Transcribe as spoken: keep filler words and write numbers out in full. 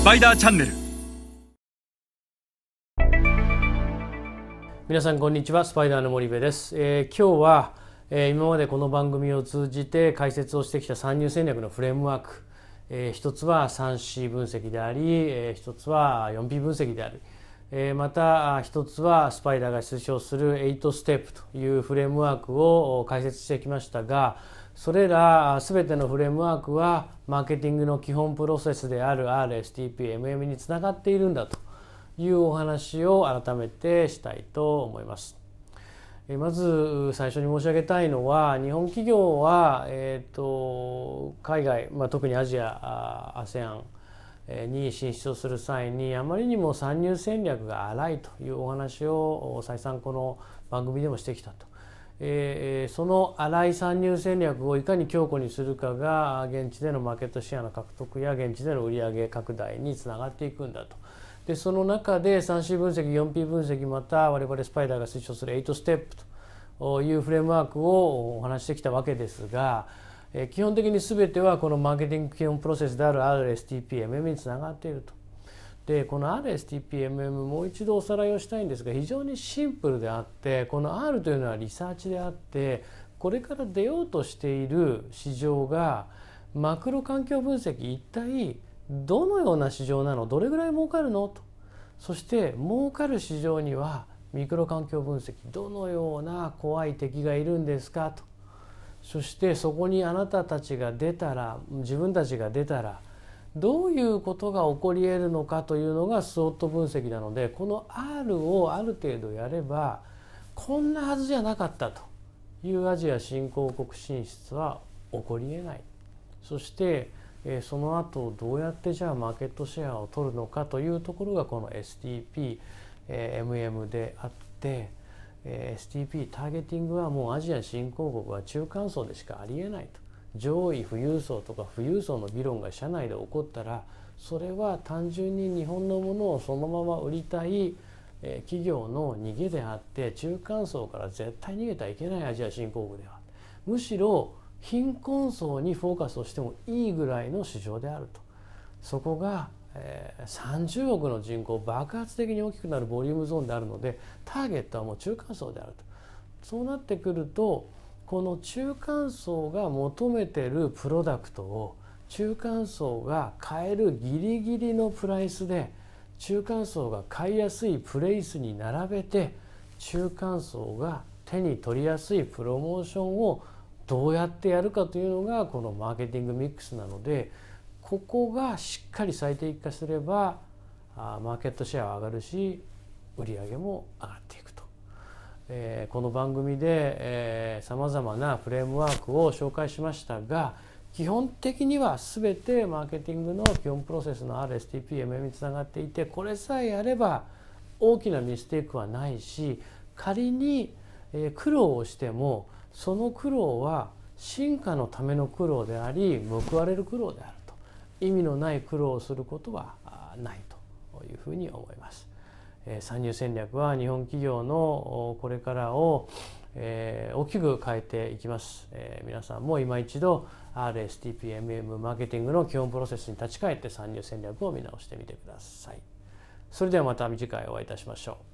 パイダーチャンネル。 皆さんこんにちは、スパイダーの森部です。えー、今日は、えー、今までこの番組を通じて解説をしてきた参入戦略のフレームワーク、えー、一つは スリーシー 分析であり、えー、一つは フォーピー 分析である、えー、また一つはスパイダーが推奨するエイトステップというフレームワークを解説してきましたが、それら全てのフレームワークはマーケティングの基本プロセスである アール、エスティーピー、エムエム につながっているんだというお話を改めてしたいと思います。まず最初に申し上げたいのは、日本企業は、えー、と海外、まあ、特にアジア、アセアンに進出をする際にあまりにも参入戦略が荒いというお話を再三この番組でもしてきたと。えー、その荒い参入戦略をいかに強固にするかが現地でのマーケットシェアの獲得や現地での売上拡大につながっていくんだと。でその中で スリーシー 分析、フォーピー 分析、また我々スパイダーが推奨するエイトステップというフレームワークをお話してきたわけですが、基本的に全てはこのマーケティング基本プロセスである アール、エスティーピー、エムエム につながっていると。でこの アール、エスティーピー、エムエム もう一度おさらいをしたいんですが、非常にシンプルであって、この R というのはリサーチであって、これから出ようとしている市場がマクロ環境分析、一体どのような市場なの、どれぐらい儲かるのと、そして儲かる市場にはミクロ環境分析、どのような怖い敵がいるんですかと、そしてそこにあなたたちが出たら、自分たちが出たらどういうことが起こり得るのかというのがスウォット分析なので、この R をある程度やればこんなはずじゃなかったというアジア新興国進出は起こり得ない。そしてその後どうやってじゃあマーケットシェアを取るのかというところがこの エスティーピー、エムエム であって、エスティーピー ターゲティングはもうアジア新興国は中間層でしかありえないと。上位富裕層とか富裕層の議論が社内で起こったら、それは単純に日本のものをそのまま売りたい企業の逃げであって、中間層から絶対逃げてはいけないアジア新興国では、むしろ貧困層にフォーカスをしてもいいぐらいの市場であると。そこがさんじゅうおくの人口、爆発的に大きくなるボリュームゾーンであるので、ターゲットはもう中間層であると。そうなってくると、この中間層が求めてるプロダクトを中間層が買えるギリギリのプライスで、中間層が買いやすいプレイスに並べて、中間層が手に取りやすいプロモーションをどうやってやるかというのがこのマーケティングミックスなので、ここがしっかり最適化すればマーケットシェアは上がるし、売上も上がっていくと。えー、この番組でさまざまなフレームワークを紹介しましたが、基本的には全てマーケティングの基本プロセスの アール、エスティーピー、エムエム につながっていて、これさえやれば大きなミステイクはないし、仮に苦労をしてもその苦労は進化のための苦労であり、報われる苦労であると。意味のない苦労をすることはないというふうに思います。参入戦略は日本企業のこれからを大きく変えていきます。皆さんも今一度 アール、エスティーピー、エムエム マーケティングの基本プロセスに立ち返って参入戦略を見直してみてください。それではまた次回お会いいたしましょう。